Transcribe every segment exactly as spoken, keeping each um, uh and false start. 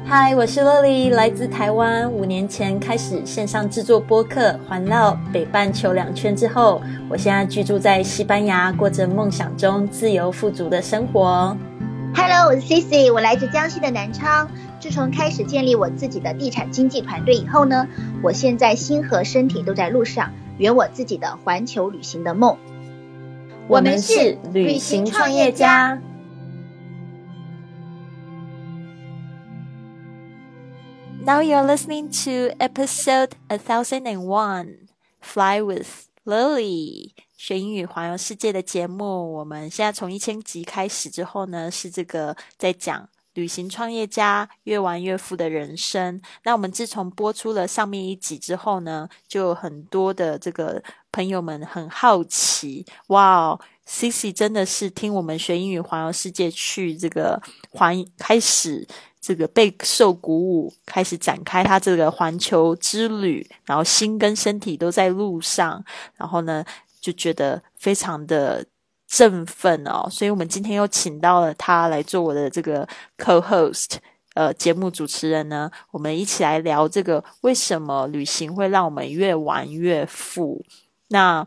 嗨，我是 Lily， 来自台湾。五年前开始线上制作播客，环绕北半球两圈之后，我现在居住在西班牙，过着梦想中自由富足的生活。 Hello， 我是 Cici， 我来自江西的南昌。自从开始建立我自己的地产经纪团队以后呢，我现在心和身体都在路上，圆我自己的环球旅行的梦。 我们是旅行创业家。Now you're listening to episode one thousand one, Fly with Lily， 学英语环游世界的节目。我们现在从一千集开始之后呢，是这个在讲旅行创业家越玩越富的人生。那我们自从播出了上面一集之后呢，就有很多的这个朋友们很好奇，哇 Cici 真的是听我们学英语环游世界去这个环开始这个备受鼓舞，开始展开他这个环球之旅，然后心跟身体都在路上，然后呢就觉得非常的振奋哦，所以我们今天又请到了他来做我的这个 co-host 呃，节目主持人呢，我们一起来聊这个为什么旅行会让我们越玩越富。那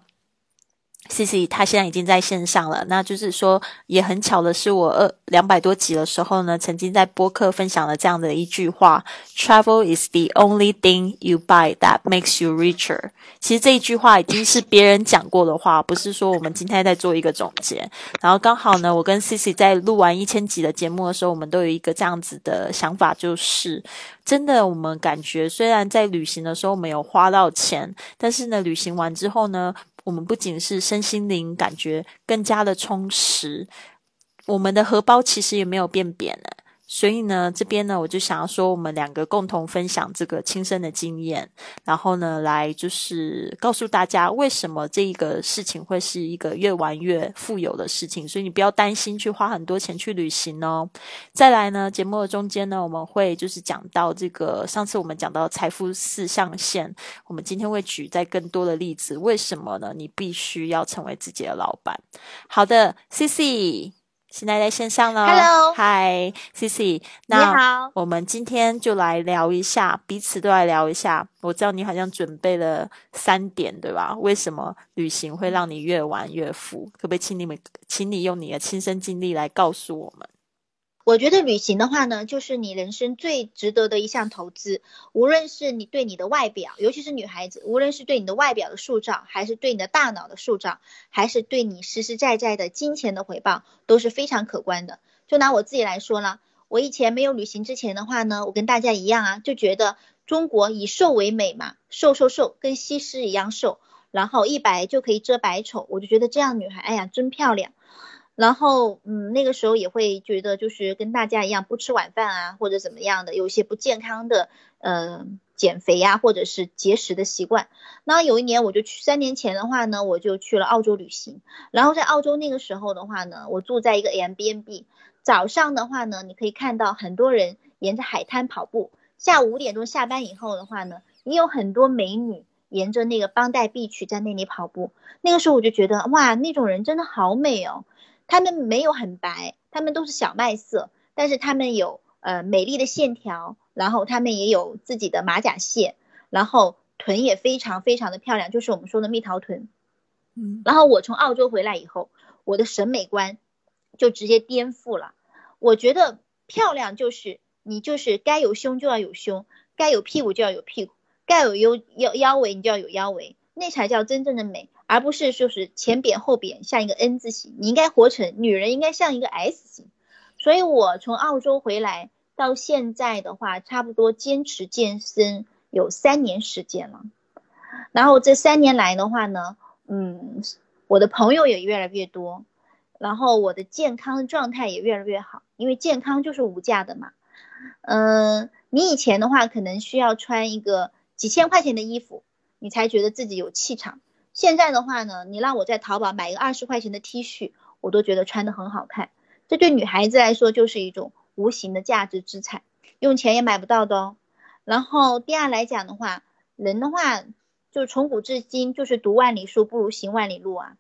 Cici 他现在已经在线上了，那就是说也很巧的是我二两百多集的时候呢，曾经在播客分享了这样的一句话 Travel is the only thing you buy that makes you richer。 其实这一句话已经是别人讲过的话，不是说我们今天在做一个总结。然后刚好呢，我跟 Cici 在录完一千集的节目的时候，我们都有一个这样子的想法，就是真的我们感觉虽然在旅行的时候我们有花到钱，但是呢旅行完之后呢，我们不仅是身心灵感觉更加的充实，我们的荷包其实也没有变扁了。所以呢这边呢我就想要说我们两个共同分享这个亲身的经验，然后呢来就是告诉大家为什么这一个事情会是一个越玩越富有的事情，所以你不要担心去花很多钱去旅行哦。再来呢节目的中间呢我们会就是讲到这个上次我们讲到财富四象限，我们今天会举再更多的例子，为什么呢你必须要成为自己的老板。好的 Cici现在在线上了 Hello， 嗨 Cici， 那我们今天就来聊一下，彼此都来聊一下。我知道你好像准备了三点对吧？为什么旅行会让你越玩越富？可不可以请你们请你用你的亲身经历来告诉我们？ 我觉得旅行的话呢，就是你人生最值得的一项投资，无论是你对你的外表，尤其是女孩子，无论是对你的外表的塑造，还是对你的大脑的塑造，还是对你实实在在的金钱的回报，都是非常可观的。就拿我自己来说了，我以前没有旅行之前的话呢，我跟大家一样啊，就觉得中国以瘦为美嘛，瘦瘦瘦，跟西施一样瘦，然后一白就可以遮百丑，我就觉得这样女孩，哎呀，真漂亮。然后嗯，那个时候也会觉得就是跟大家一样不吃晚饭啊，或者怎么样的，有一些不健康的呃减肥呀、啊、或者是节食的习惯。那有一年我就去，三年前的话呢我就去了澳洲旅行，然后在澳洲那个时候的话呢，我住在一个 Airbnb， 早上的话呢你可以看到很多人沿着海滩跑步，下午五点钟下班以后的话呢，也有很多美女沿着那个邦代碧区在那里跑步。那个时候我就觉得哇，那种人真的好美哦，他们没有很白，他们都是小麦色，但是他们有呃美丽的线条，然后他们也有自己的马甲线，然后臀也非常非常的漂亮，就是我们说的蜜桃臀。嗯，然后我从澳洲回来以后，我的审美观就直接颠覆了。我觉得漂亮就是你就是该有胸就要有胸，该有屁股就要有屁股，该有腰腰腰围你就要有腰围，那才叫真正的美，而不是就是前扁后扁像一个 N 字形，你应该活成女人应该像一个 S 型。所以我从澳洲回来到现在的话，差不多坚持健身有三年时间了。然后这三年来的话呢，嗯，我的朋友也越来越多，然后我的健康状态也越来越好，因为健康就是无价的嘛。嗯、呃，你以前的话可能需要穿一个几千块钱的衣服，你才觉得自己有气场。现在的话呢，你让我在淘宝买一个二十块钱的 T 恤，我都觉得穿得很好看。这对女孩子来说就是一种无形的价值资产，用钱也买不到的哦。然后第二来讲的话，人的话就从古至今就是读万里书不如行万里路啊。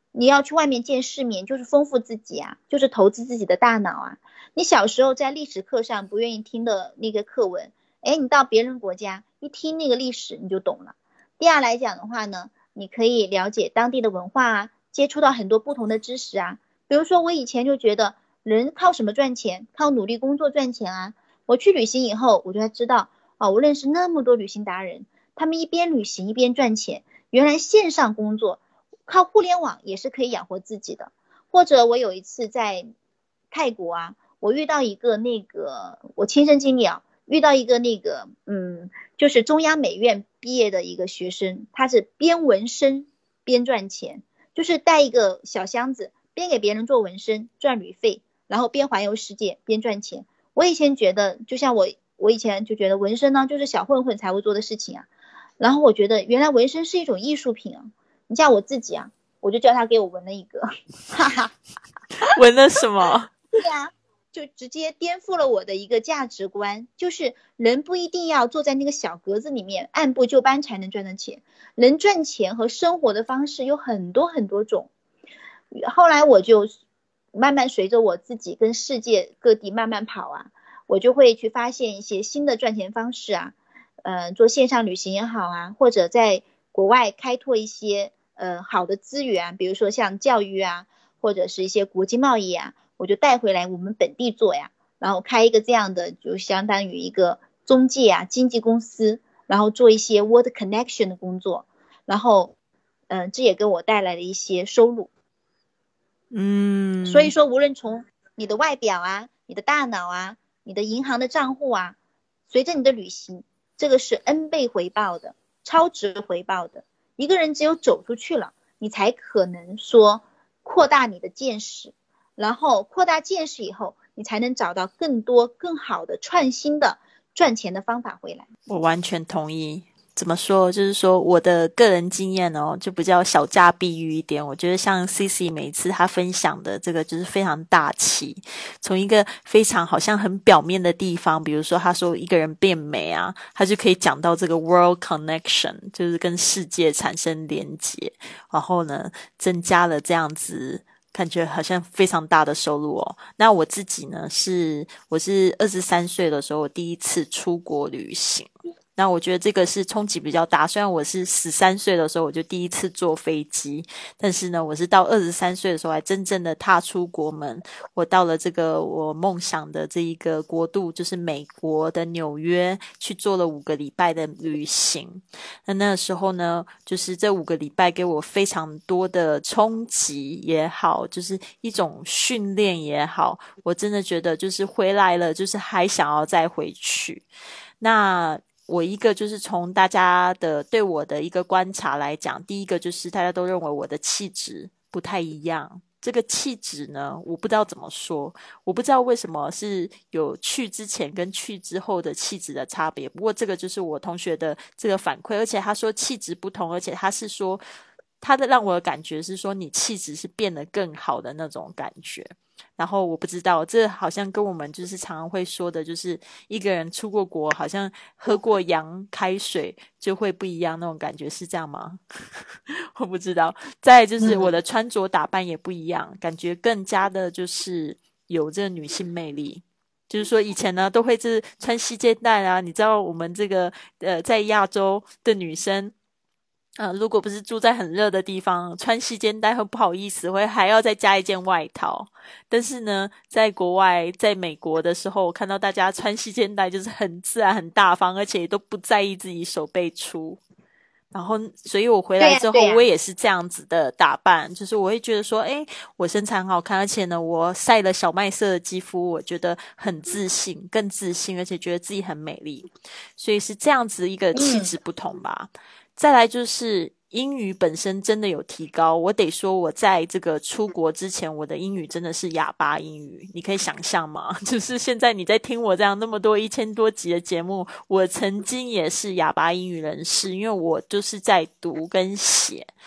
你要去外面见世面，就是丰富自己啊，就是投资自己的大脑啊。你小时候在历史课上不愿意听的那个课文，哎，你到别人国家一听那个历史你就懂了。第二来讲的话呢，你可以了解当地的文化啊，接触到很多不同的知识啊。比如说我以前就觉得人靠什么赚钱？靠努力工作赚钱啊。我去旅行以后，我就才知道啊，我认识那么多旅行达人，他们一边旅行一边赚钱。原来线上工作靠互联网也是可以养活自己的。或者我有一次在泰国啊，我遇到一个那个我亲身经历啊，遇到一个那个嗯，就是中央美院毕业的一个学生，他是边纹身边赚钱，就是带一个小箱子，边给别人做纹身赚旅费，然后边环游世界边赚钱。我以前觉得，就像我我以前就觉得纹身呢就是小混混才会做的事情啊，然后我觉得原来纹身是一种艺术品啊。你像我自己啊，我就叫他给我纹了一个，哈哈， 纹了什么？ 对呀，就直接颠覆了我的一个价值观，就是人不一定要坐在那个小格子里面按部就班才能赚到钱，人赚钱和生活的方式有很多很多种。后来我就慢慢随着我自己跟世界各地慢慢跑啊，我就会去发现一些新的赚钱方式啊，呃，做线上旅行也好啊，或者在国外开拓一些呃好的资源，比如说像教育啊，或者是一些国际贸易啊，我就带回来我们本地做呀，然后开一个这样的就相当于一个中介啊经纪公司，然后做一些 word connection 的工作，然后嗯、呃，这也给我带来了一些收入。 嗯， 所以说无论从你的外表啊，你的大脑啊，你的银行的账户啊，随着你的旅行，这个是 N 倍回报的，超值回报的。一个人只有走出去了，你才可能说扩大你的见识，然后扩大见识以后，你才能找到更多更好的创新的赚钱的方法回来。 我完全同意。怎么说？就是说我的个人经验哦，就比较小家碧玉一点。我觉得像 C C 每一次他分享的这个就是非常大气，从一个非常好像很表面的地方，比如说他说一个人变美啊，他就可以讲到这个 world connection， 就是跟世界产生连结，然后呢增加了这样子感觉好像非常大的收入哦。那我自己呢，是我是二十三岁的时候我第一次出国旅行。那我觉得这个是冲击比较大，虽然我是十三岁的时候我就第一次坐飞机，但是呢我是到二十三岁的时候才真正的踏出国门，我到了这个我梦想的这一个国度，就是美国的纽约，去做了五个礼拜的旅行。那那时候呢，就是这五个礼拜给我非常多的冲击也好，就是一种训练也好，我真的觉得就是回来了，就是还想要再回去。那我一个就是从大家的对我的一个观察来讲，第一个就是大家都认为我的气质不太一样。这个气质呢，我不知道怎么说，我不知道为什么是有去之前跟去之后的气质的差别。不过这个就是我同学的这个反馈，而且他说气质不同，而且他是说他的让我的感觉是说你气质是变得更好的那种感觉。然后我不知道，这好像跟我们就是常常会说的，就是一个人出过国，好像喝过洋开水就会不一样那种感觉，是这样吗？我不知道。再来就是我的穿着打扮也不一样，感觉更加的就是有这个女性魅力。就是说以前呢都会是穿细肩带啊，你知道我们这个呃在亚洲的女生呃，如果不是住在很热的地方，穿细肩带会不好意思，会还要再加一件外套。但是呢，在国外，在美国的时候，我看到大家穿细肩带就是很自然、很大方，而且都不在意自己手背粗。然后，所以我回来之后， 对啊对啊， 我也是这样子的打扮，就是我会觉得说，诶，我身材很好看，而且呢，我晒了小麦色的肌肤，我觉得很自信，更自信，而且觉得自己很美丽。所以是这样子一个气质不同吧。嗯，再来就是英语本身真的有提高，我得说我在这个出国之前，我的英语真的是哑巴英语，你可以想象吗？就是现在你在听我这样那么多一千多集的节目，我曾经也是哑巴英语人士，因为我就是在读跟写。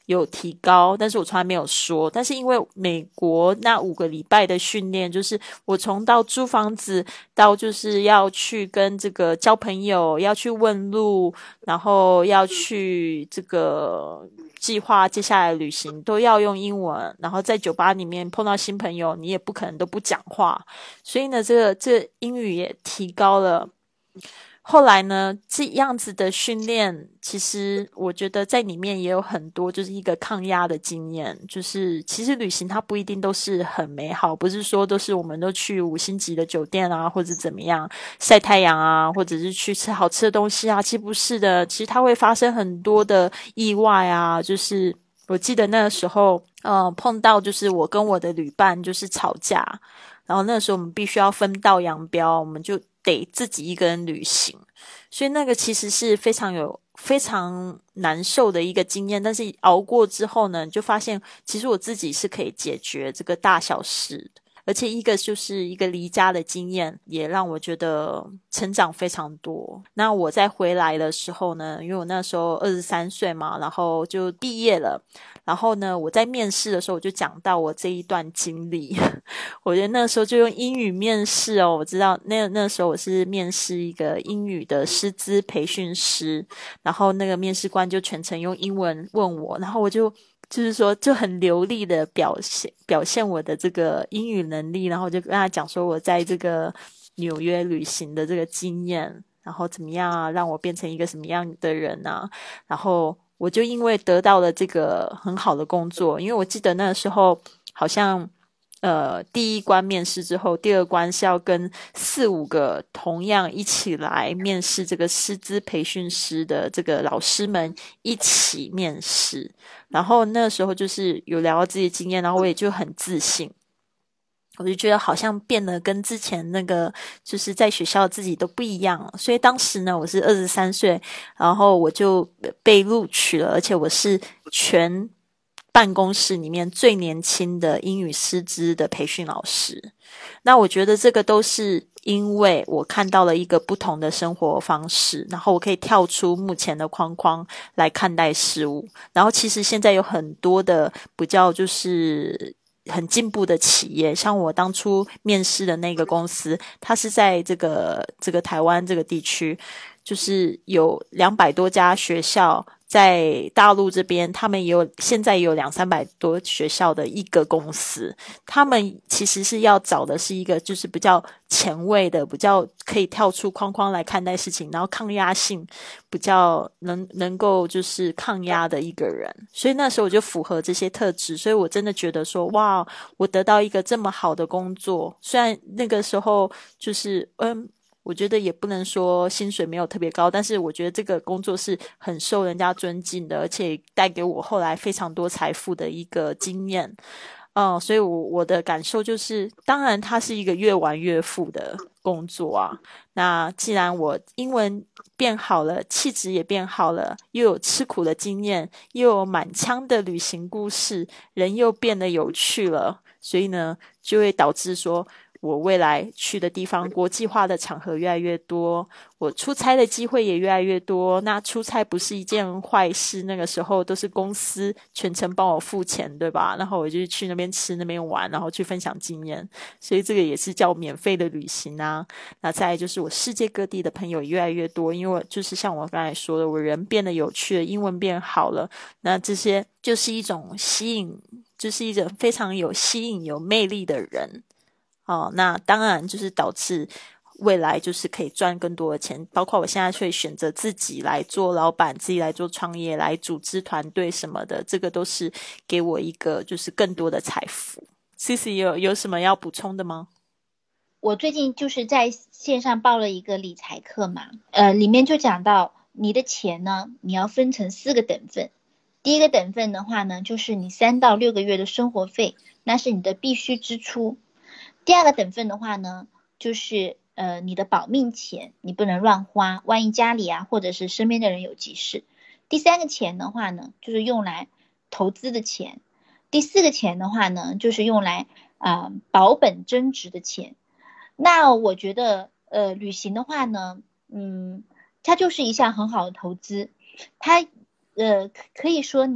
有提高，但是我从来没有说。但是因为美国那五个礼拜的训练，就是我从到租房子到就是要去跟这个交朋友，要去问路，然后要去这个计划接下来的旅行都要用英文，然后在酒吧里面碰到新朋友，你也不可能都不讲话，所以呢，这个这个英语也提高了。后来呢，这样子的训练，其实我觉得在里面也有很多就是一个抗压的经验。就是其实旅行它不一定都是很美好，不是说都是我们都去五星级的酒店啊，或者怎么样晒太阳啊，或者是去吃好吃的东西啊，其实不是的，其实它会发生很多的意外啊。就是我记得那个时候，呃，碰到就是我跟我的旅伴就是吵架，然后那个时候我们必须要分道扬镳，我们就得自己一个人旅行，所以那个其实是非常有非常难受的一个经验。但是熬过之后呢，你就发现其实我自己是可以解决这个大小事的，而且一个就是一个离家的经验，也让我觉得成长非常多。那我在回来的时候呢，因为我那时候二十三岁嘛，然后就毕业了，然后呢，我在面试的时候我就讲到我这一段经历。我觉得那时候就用英语面试哦，我知道那那时候我是面试一个英语的师资培训师，然后那个面试官就全程用英文问我，然后我就就是说就很流利的表现表现我的这个英语能力，然后我就跟他讲说我在这个纽约旅行的这个经验，然后怎么样啊，让我变成一个什么样的人啊，然后我就因为得到了这个很好的工作，因为我记得那个时候好像呃，第一关面试之后，第二关是要跟四五个同样一起来面试这个师资培训师的这个老师们一起面试，然后那时候就是有聊到自己的经验，然后我也就很自信，我就觉得好像变得跟之前那个就是在学校自己都不一样了。所以当时呢，我是二十三岁，然后我就被录取了，而且我是全办公室里面最年轻的英语师资的培训老师。那我觉得这个都是因为我看到了一个不同的生活方式，然后我可以跳出目前的框框来看待事物。然后其实现在有很多的比较就是很进步的企业，像我当初面试的那个公司，它是在这个这个台湾这个地区，就是有两百多家学校，在大陆这边他们也有现在也有两三百多学校的一个公司，他们其实是要找的是一个就是比较前卫的，比较可以跳出框框来看待事情，然后抗压性比较能能够就是抗压的一个人。所以那时候我就符合这些特质，所以我真的觉得说哇，我得到一个这么好的工作，虽然那个时候就是嗯我觉得也不能说薪水没有特别高，但是我觉得这个工作是很受人家尊敬的，而且带给我后来非常多财富的一个经验。嗯，所以我我的感受就是，当然它是一个越玩越富的工作啊。那既然我英文变好了，气质也变好了，又有吃苦的经验，又有满腔的旅行故事，人又变得有趣了，所以呢，就会导致说我未来去的地方国际化的场合越来越多，我出差的机会也越来越多。那出差不是一件坏事，那个时候都是公司全程帮我付钱，对吧？然后我就去那边吃那边玩，然后去分享经验，所以这个也是叫免费的旅行啊。那再来就是我世界各地的朋友越来越多，因为我就是像我刚才说的，我人变得有趣了，英文变好了，那这些就是一种吸引，就是一种非常有吸引有魅力的人哦，那当然就是导致未来就是可以赚更多的钱，包括我现在会选择自己来做老板，自己来做创业，来组织团队什么的，这个都是给我一个就是更多的财富。C C 有有什么要补充的吗？ 我最近就是在线上报了一个理财课嘛，呃，里面就讲到你的钱呢，你要分成四个等份。第一个等份的话呢，就是你三到六个月的生活费，那是你的必须支出。第二个等份的话呢，就是呃你的保命钱，你不能乱花，万一家里啊或者是身边的人有急事。第三个钱的话呢，就是用来投资的钱。第四个钱的话呢，就是用来啊、呃、保本增值的钱。那我觉得呃旅行的话呢，嗯，它就是一项很好的投资，它呃可以说你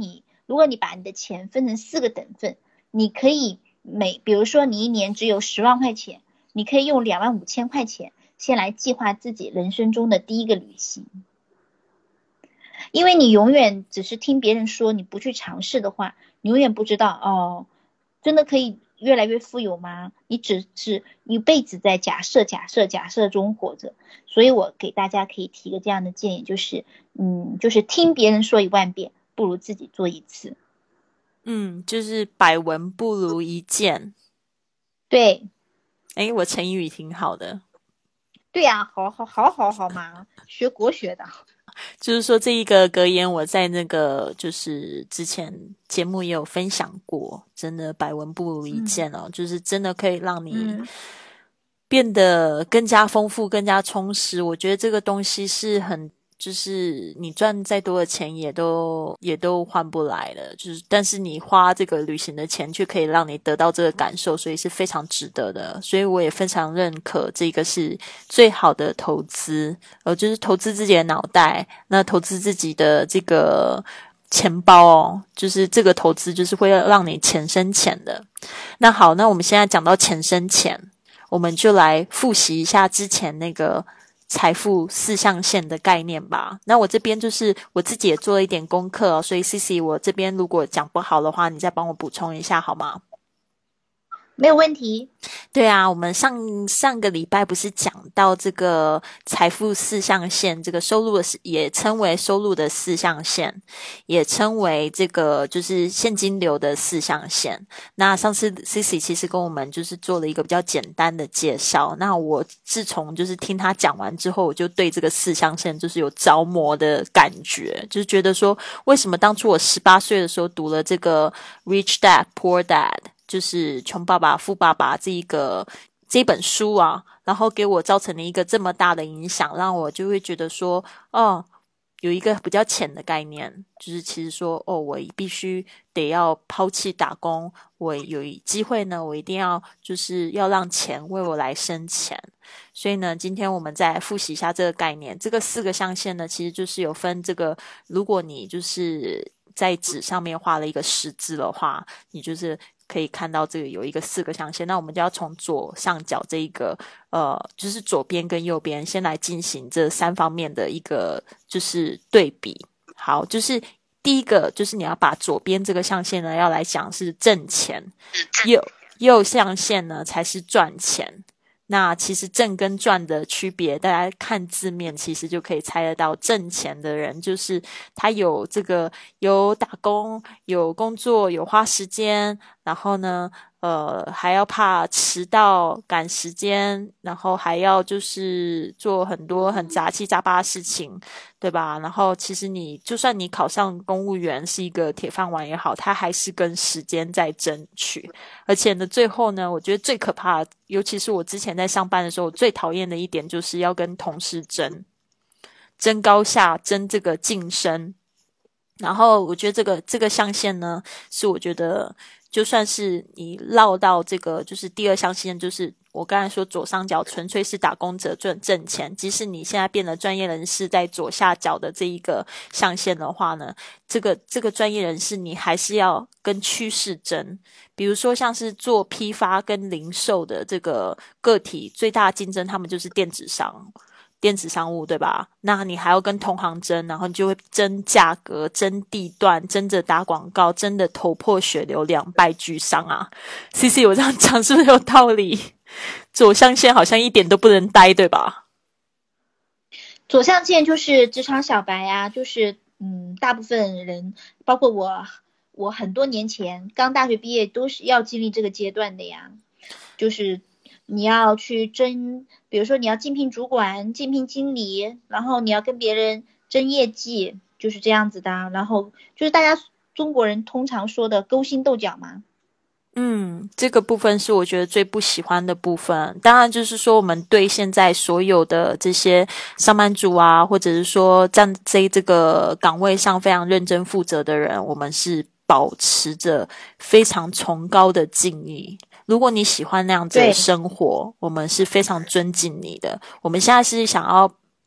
如果你把你的钱分成四个等份，你可以每，比如说你一年只有十万块钱，你可以用两万五千块钱先来计划自己人生中的第一个旅行。因为你永远只是听别人说，你不去尝试的话，你永远不知道哦，真的可以越来越富有吗？你只是一辈子在假设假设假设中活着。所以我给大家可以提个这样的建议，就是嗯，就是听别人说一万遍，不如自己做一次。 嗯，就是百闻不如一见。 对， 诶，我成语挺好的。 对呀、啊，好好好好好嘛，学国学的。 就是说这一个格言，我在那个就是之前节目也有分享过，真的百闻不如一见哦，嗯、就是真的可以让你变得更加丰富、更加充实。我觉得这个东西是很。就是你赚再多的钱也都也都换不来的，就是但是你花这个旅行的钱却可以让你得到这个感受，所以是非常值得的。所以我也非常认可这个是最好的投资，呃，就是投资自己的脑袋，那投资自己的这个钱包哦，就是这个投资就是会让你钱生钱的。那好，那我们现在讲到钱生钱，我们就来复习一下之前那个财富四象限的概念吧。那我这边就是我自己也做了一点功课哦，所以 C C 我这边如果讲不好的话，你再帮我补充一下好吗？ 没有问题。 对啊，我们上上个礼拜不是讲到这个财富四象限，这个收入的也称为收入的四象限，也称为这个就是现金流的四象限。那上次 Cici 其实跟我们就是做了一个比较简单的介绍。那我自从就是听他讲完之后，我就对这个四象限就是有着魔的感觉，就是觉得说，为什么当初我十八岁的时候读了这个 Rich Dad Poor Dad。就是穷爸爸富爸爸这一个这本书啊，然后给我造成了一个这么大的影响，让我就会觉得说，哦，有一个比较浅的概念，就是其实说，哦，我必须得要抛弃打工，我有机会呢，我一定要就是要让钱为我来生钱。所以呢，今天我们再复习一下这个概念。这个四个象限呢，其实就是有分这个，如果你就是在纸上面画了一个十字的话，你就是可以看到这个有一个四个象限。那我们就要从左上角这一个呃，就是左边跟右边先来进行这三方面的一个就是对比。好，就是第一个就是你要把左边这个象限呢要来讲是挣钱，右右象限呢才是赚钱。那其实挣跟赚的区别，大家看字面其实就可以猜得到，挣钱的人就是他有这个有打工有工作有花时间，然后呢呃还要怕迟到赶时间，然后还要就是做很多很杂七杂八的事情，对吧？然后其实你就算你考上公务员是一个铁饭碗也好，他还是跟时间在争取。而且呢最后呢我觉得最可怕的，尤其是我之前在上班的时候，我最讨厌的一点就是要跟同事争争高下，争这个晋升。然后我觉得这个这个象限呢，是我觉得就算是你绕到这个就是第二象限，就是我刚才说左上角纯粹是打工者赚挣钱，即使你现在变得专业人士，在左下角的这一个象限的话呢，这个这个专业人士你还是要跟趋势争。比如说像是做批发跟零售的这个个体，最大的竞争他们就是电子商电子商务，对吧？那你还要跟同行争，然后你就会争价格、争地段、争着打广告，争的头破血流，两败俱伤啊。 C C 我这样讲是不是有道理？左象限好像一点都不能待，对吧？ 左象限就是职场小白啊，就是嗯，大部分人包括我我很多年前刚大学毕业都是要经历这个阶段的呀，就是你要去争，比如说你要竞聘主管、竞聘经理，然后你要跟别人争业绩，就是这样子的。然后就是大家中国人通常说的勾心斗角嘛。 嗯，这个部分是我觉得最不喜欢的部分。当然就是说我们对现在所有的这些上班族啊，或者是说站在这个岗位上非常认真负责的人，我们是保持着非常崇高的敬意。如果你喜欢那样子的生活，我们是非常尊敬你的。我们现在是想要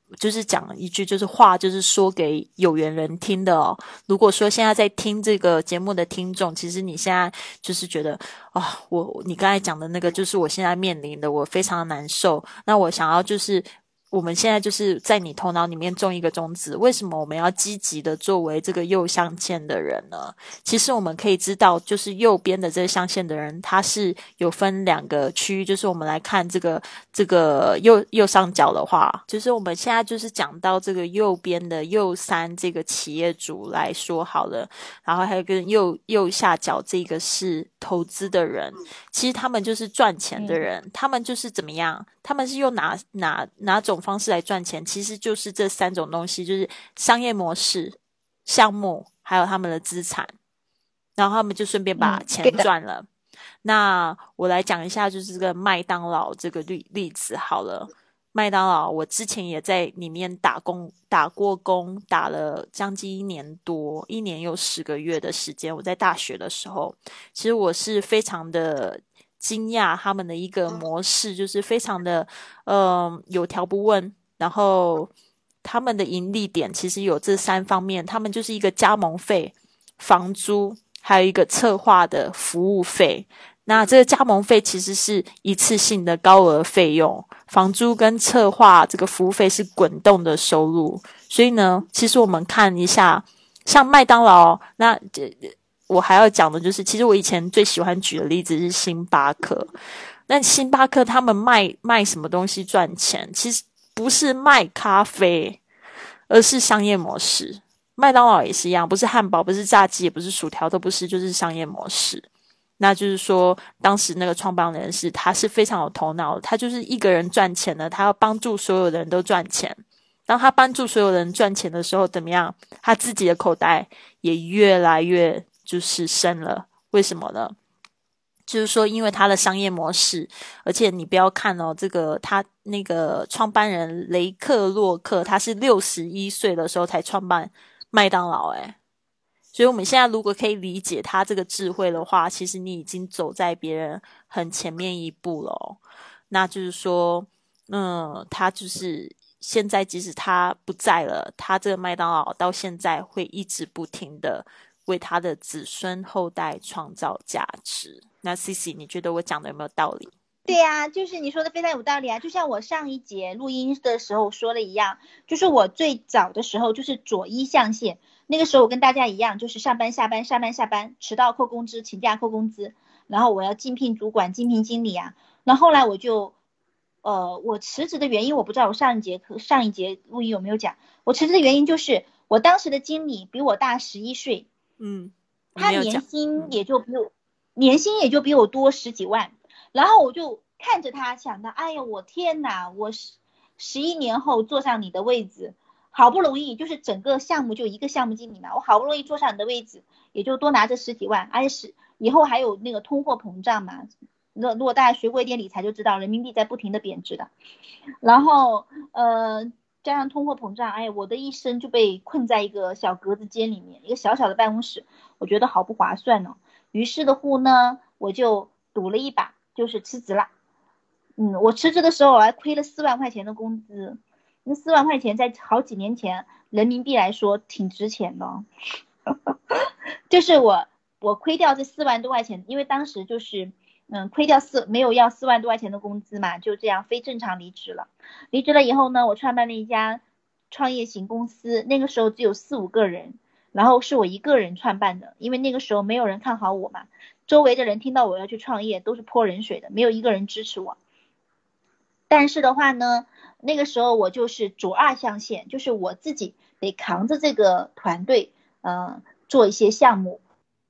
就是讲一句，就是话，就是说给有缘人听的哦。如果说现在在听这个节目的听众，其实你现在就是觉得啊、哦，我你刚才讲的那个，就是我现在面临的，我非常难受。那我想要就是。我们现在就是在你头脑里面种一个种子，为什么我们要积极的作为这个右象限的人呢？其实我们可以知道，就是右边的这个象限的人，他是有分两个区域，就是我们来看这个这个右右上角的话，就是我们现在就是讲到这个右边的右三这个企业主来说好了，然后还有跟右右下角这个是投资的人，其实他们就是赚钱的人，嗯、他们就是怎么样？他们是用哪哪哪种方式来赚钱？其实就是这三种东西，就是商业模式、项目，还有他们的资产，然后他们就顺便把钱赚了。嗯、那我来讲一下，就是这个麦当劳这个例例子好了。麦当劳，我之前也在里面打工，打过工，打了将近一年多，一年有十个月的时间。我在大学的时候，其实我是非常的惊讶他们的一个模式，就是非常的呃有条不紊，然后他们的盈利点其实有这三方面，他们就是一个加盟费、房租，还有一个策划的服务费。那这个加盟费其实是一次性的高额费用，房租跟策划这个服务费是滚动的收入。所以呢，其实我们看一下，像麦当劳，那我还要讲的就是，其实我以前最喜欢举的例子是星巴克。那星巴克他们卖卖什么东西赚钱？其实不是卖咖啡，而是商业模式。麦当劳也是一样，不是汉堡，不是炸鸡，也不是薯条，都不是，就是商业模式。那就是说，当时那个创办人是他是非常有头脑的，他就是一个人赚钱的，他要帮助所有的人都赚钱。当他帮助所有人赚钱的时候，怎么样？他自己的口袋也越来越就是深了。为什么呢？就是说，因为他的商业模式，而且你不要看哦，这个他那个创办人雷克洛克，他是六十一岁的时候才创办麦当劳，诶所以我们现在如果可以理解他这个智慧的话，其实你已经走在别人很前面一步了哦。那就是说，嗯，他就是现在即使他不在了，他这个麦当劳到现在会一直不停的为他的子孙后代创造价值。那 Cici 你觉得我讲的有没有道理？ 对呀、啊，就是你说的非常有道理啊，就像我上一节录音的时候说的一样，就是我最早的时候就是左一象限，那个时候我跟大家一样，就是上班下班上班下班，迟到扣工资，请假扣工资，然后我要竞聘主管、竞聘经理啊。那后来我就，呃，我辞职的原因我不知道，我上一节课上一节录音有没有讲？我辞职的原因就是我当时的经理比我大十一岁， 嗯， 他年薪也就比我、嗯、年薪也就比我多十几万。然后我就看着他想到，哎呀，我天哪，我十十一年后坐上你的位置，好不容易就是整个项目就一个项目经理嘛，我好不容易坐上你的位置，也就多拿这十几万，而且是以后还有那个通货膨胀嘛，如如果大家学过一点理财就知道，人民币在不停的贬值的，然后呃加上通货膨胀，哎，我的一生就被困在一个小格子间里面，一个小小的办公室，我觉得好不划算呢、哦。于是的乎呢，我就赌了一把。就是辞职了，嗯，我辞职的时候我还亏了四万块钱的工资，那四万块钱在好几年前人民币来说挺值钱的，就是我我亏掉这四万多块钱，因为当时就是嗯亏掉四没有要四万多块钱的工资嘛，就这样非正常离职了。离职了以后呢，我创办了一家创业型公司，那个时候只有四五个人，然后是我一个人创办的，因为那个时候没有人看好我嘛。周围的人听到我要去创业都是泼冷水的，没有一个人支持我。但是的话呢，那个时候我就是左二象限，就是我自己得扛着这个团队，呃，做一些项目。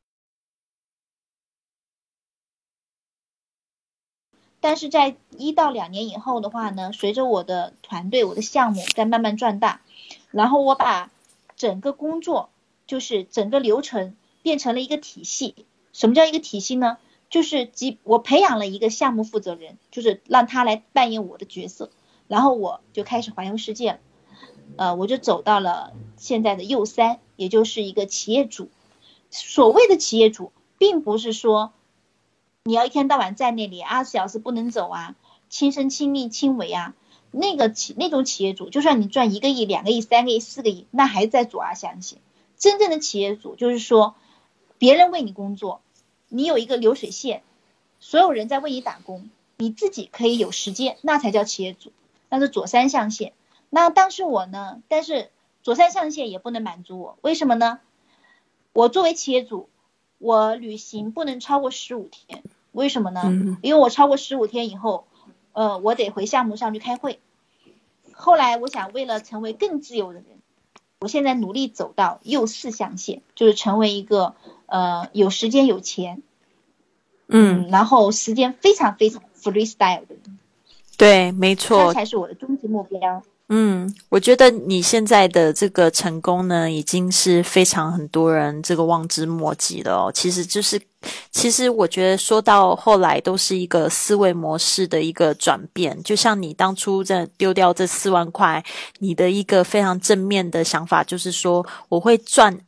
但是在一到两年以后的话呢，随着我的团队、我的项目在慢慢壮大，然后我把整个工作，就是整个流程变成了一个体系。什么叫一个体系呢？就是即我培养了一个项目负责人，就是让他来扮演我的角色，然后我就开始环游世界了。呃，我就走到了现在的右三，也就是一个企业主。所谓的企业主，并不是说你要一天到晚在那里二十小时不能走啊，亲身亲力亲为啊。 那个企那种企业主，就算你赚一个亿、两个亿、三个亿、四个亿，那还是在左二象限。真正的企业主就是说，别人为你工作，你有一个流水线，所有人在为你打工，你自己可以有时间，那才叫企业主，那是左三象限。那当时我呢，但是左三象限也不能满足我，为什么呢？我作为企业主，我旅行不能超过十五天，为什么呢？ 嗯， 因为我超过十五天以后，呃，我得回项目上去开会。后来我想，为了成为更自由的人，我现在努力走到右四象限，就是成为一个呃有时间有钱，嗯，然后时间非常非常 freestyle 的人。 对，没错， 它才是我的终极目标。 嗯，我觉得你现在的这个成功呢，已经是非常很多人这个望之莫及了哦。其实就是，其实我觉得说到后来都是一个思维模式的一个转变。就像你当初这丢掉这四万块，你的一个非常正面的想法就是说，我会赚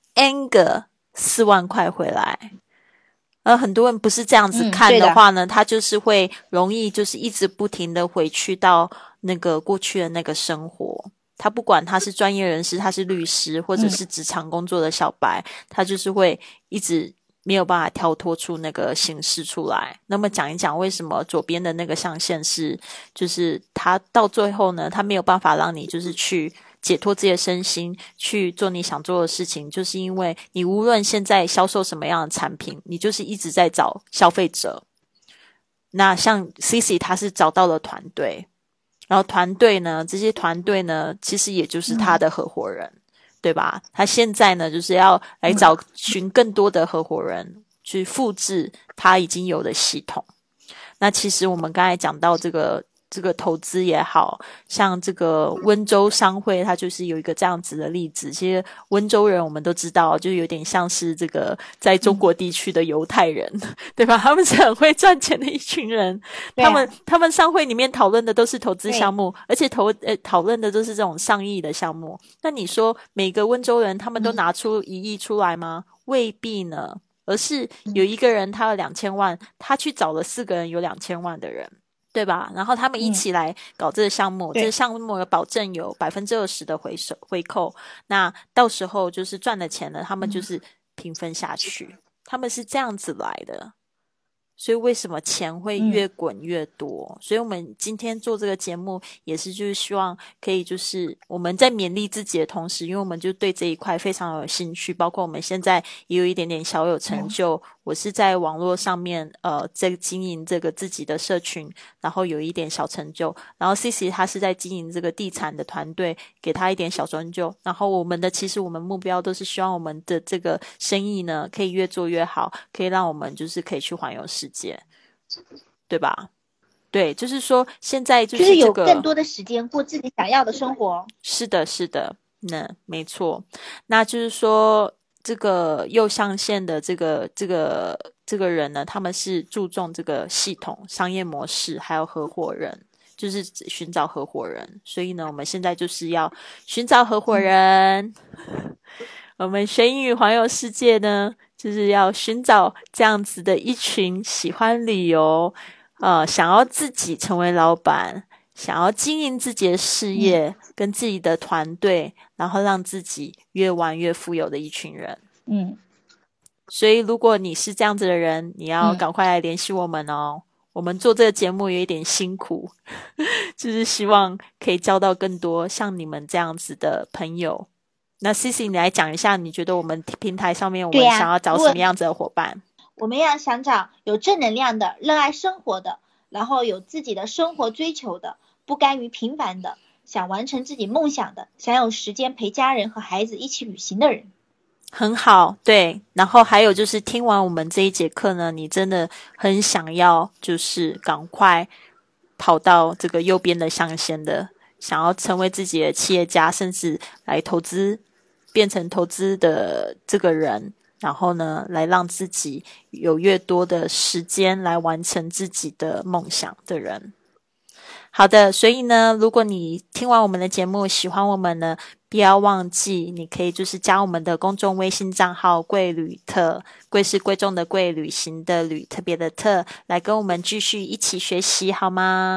N 个四万块回来。而很多人不是这样子看的话呢，嗯，他就是会容易就是一直不停的回去到那个过去的那个生活。他不管他是专业人士，他是律师，或者是职场工作的小白，嗯，他就是会一直没有办法跳脱出那个形式出来。那么讲一讲为什么左边的那个象限是，就是他到最后呢，他没有办法让你就是去解脱自己的身心，去做你想做的事情，就是因为你无论现在销售什么样的产品，你就是一直在找消费者。那像 C C 他是找到了团队，然后团队呢，这些团队呢，其实也就是他的合伙人，嗯，对吧？他现在呢，就是要来找寻更多的合伙人，去复制他已经有的系统。那其实我们刚才讲到这个这个投资也好，像这个温州商会，它就是有一个这样子的例子。其实温州人我们都知道，就有点像是这个在中国地区的犹太人，嗯，对吧？他们是很会赚钱的一群人，啊，他们他们商会里面讨论的都是投资项目，而且投呃讨论的都是这种上亿的项目。那你说每个温州人他们都拿出一亿出来吗？嗯，未必呢。而是有一个人他有两千万，他去找了四个人有两千万的人，对吧？然后他们一起来搞这个项目，嗯，这个项目有保证有百分之二十的回收回扣，那到时候就是赚的钱呢，他们就是平分下去，嗯，他们是这样子来的。所以为什么钱会越滚越多，嗯，所以我们今天做这个节目也是就是希望可以就是我们在勉励自己的同时，因为我们就对这一块非常有兴趣，包括我们现在也有一点点小有成就，嗯，我是在网络上面呃在经营这个自己的社群，然后有一点小成就，然后 C C 他是在经营这个地产的团队，给他一点小成就，然后我们的其实我们目标都是希望我们的这个生意呢可以越做越好，可以让我们就是可以去环游世界，对吧？对，就是说现在就是、这个、 就是有更多的时间过自己想要的生活。 是的是的，那没错。那就是说这个右象限的这个这个这个人呢，他们是注重这个系统商业模式还有合伙人，就是寻找合伙人。所以呢我们现在就是要寻找合伙人、嗯、我们学英语环游世界呢就是要寻找这样子的一群喜欢旅游呃，想要自己成为老板，想要经营自己的事业、嗯、跟自己的团队，然后让自己越玩越富有的一群人。 嗯， 所以如果你是这样子的人，你要赶快来联系我们哦、嗯、我们做这个节目有一点辛苦就是希望可以交到更多像你们这样子的朋友。那 Cici 你来讲一下，你觉得我们平台上面我们想要找什么样子的伙伴？ 我们要想找有正能量的，热爱生活的，然后有自己的生活追求的，不甘于平凡的，想完成自己梦想的，想有时间陪家人和孩子一起旅行的人。 很好，对。然后还有就是听完我们这一节课呢，你真的很想要就是赶快跑到这个右边的象限的，想要成为自己的企业家，甚至来投资，变成投资的这个人，然后呢来让自己有越多的时间来完成自己的梦想的人。好的，所以呢如果你听完我们的节目喜欢我们呢，不要忘记你可以就是加我们的公众微信账号贵旅特，贵是贵重的贵，旅行的旅，特别的特，来跟我们继续一起学习好吗？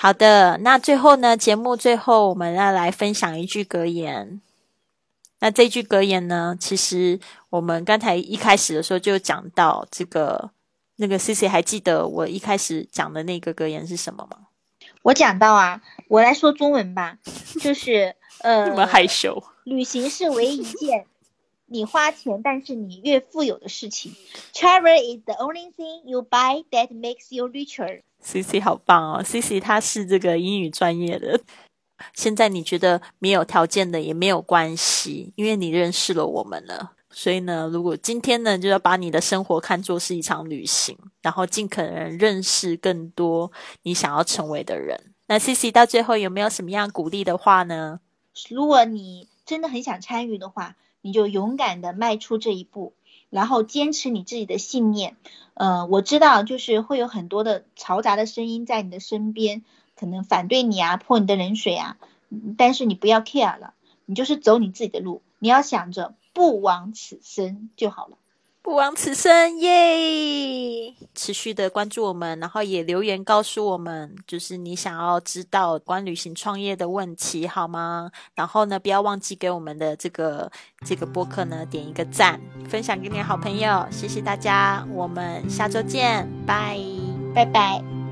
好的，那最后呢，节目最后我们要来分享一句格言。那这句格言呢，其实我们刚才一开始的时候就讲到这个，那个 C C 还记得我一开始讲的那个格言是什么吗？ 我讲到啊，我来说中文吧，就是呃， 那么害羞。 旅行是唯一一件你花钱但是你越富有的事情。Travel is the only thing you buy that makes you richer。C C 好棒哦 ，C C 他是这个英语专业的。现在你觉得没有条件的也没有关系，因为你认识了我们了。所以呢，如果今天呢，就要把你的生活看作是一场旅行，然后尽可能认识更多你想要成为的人。那 C C 到最后有没有什么样鼓励的话呢？ 如果你真的很想参与的话，你就勇敢的迈出这一步，然后坚持你自己的信念。呃，我知道就是会有很多的嘈杂的声音在你的身边，可能反对你啊，泼你的冷水啊，但是你不要 care 了，你就是走你自己的路，你要想着不枉此生就好了。 不枉此生，耶！持续的关注我们，然后也留言告诉我们，就是你想要知道关旅行创业的问题，好吗？然后呢，不要忘记给我们的这个这个播客呢点一个赞，分享给你的好朋友。谢谢大家，我们下周见，拜拜拜。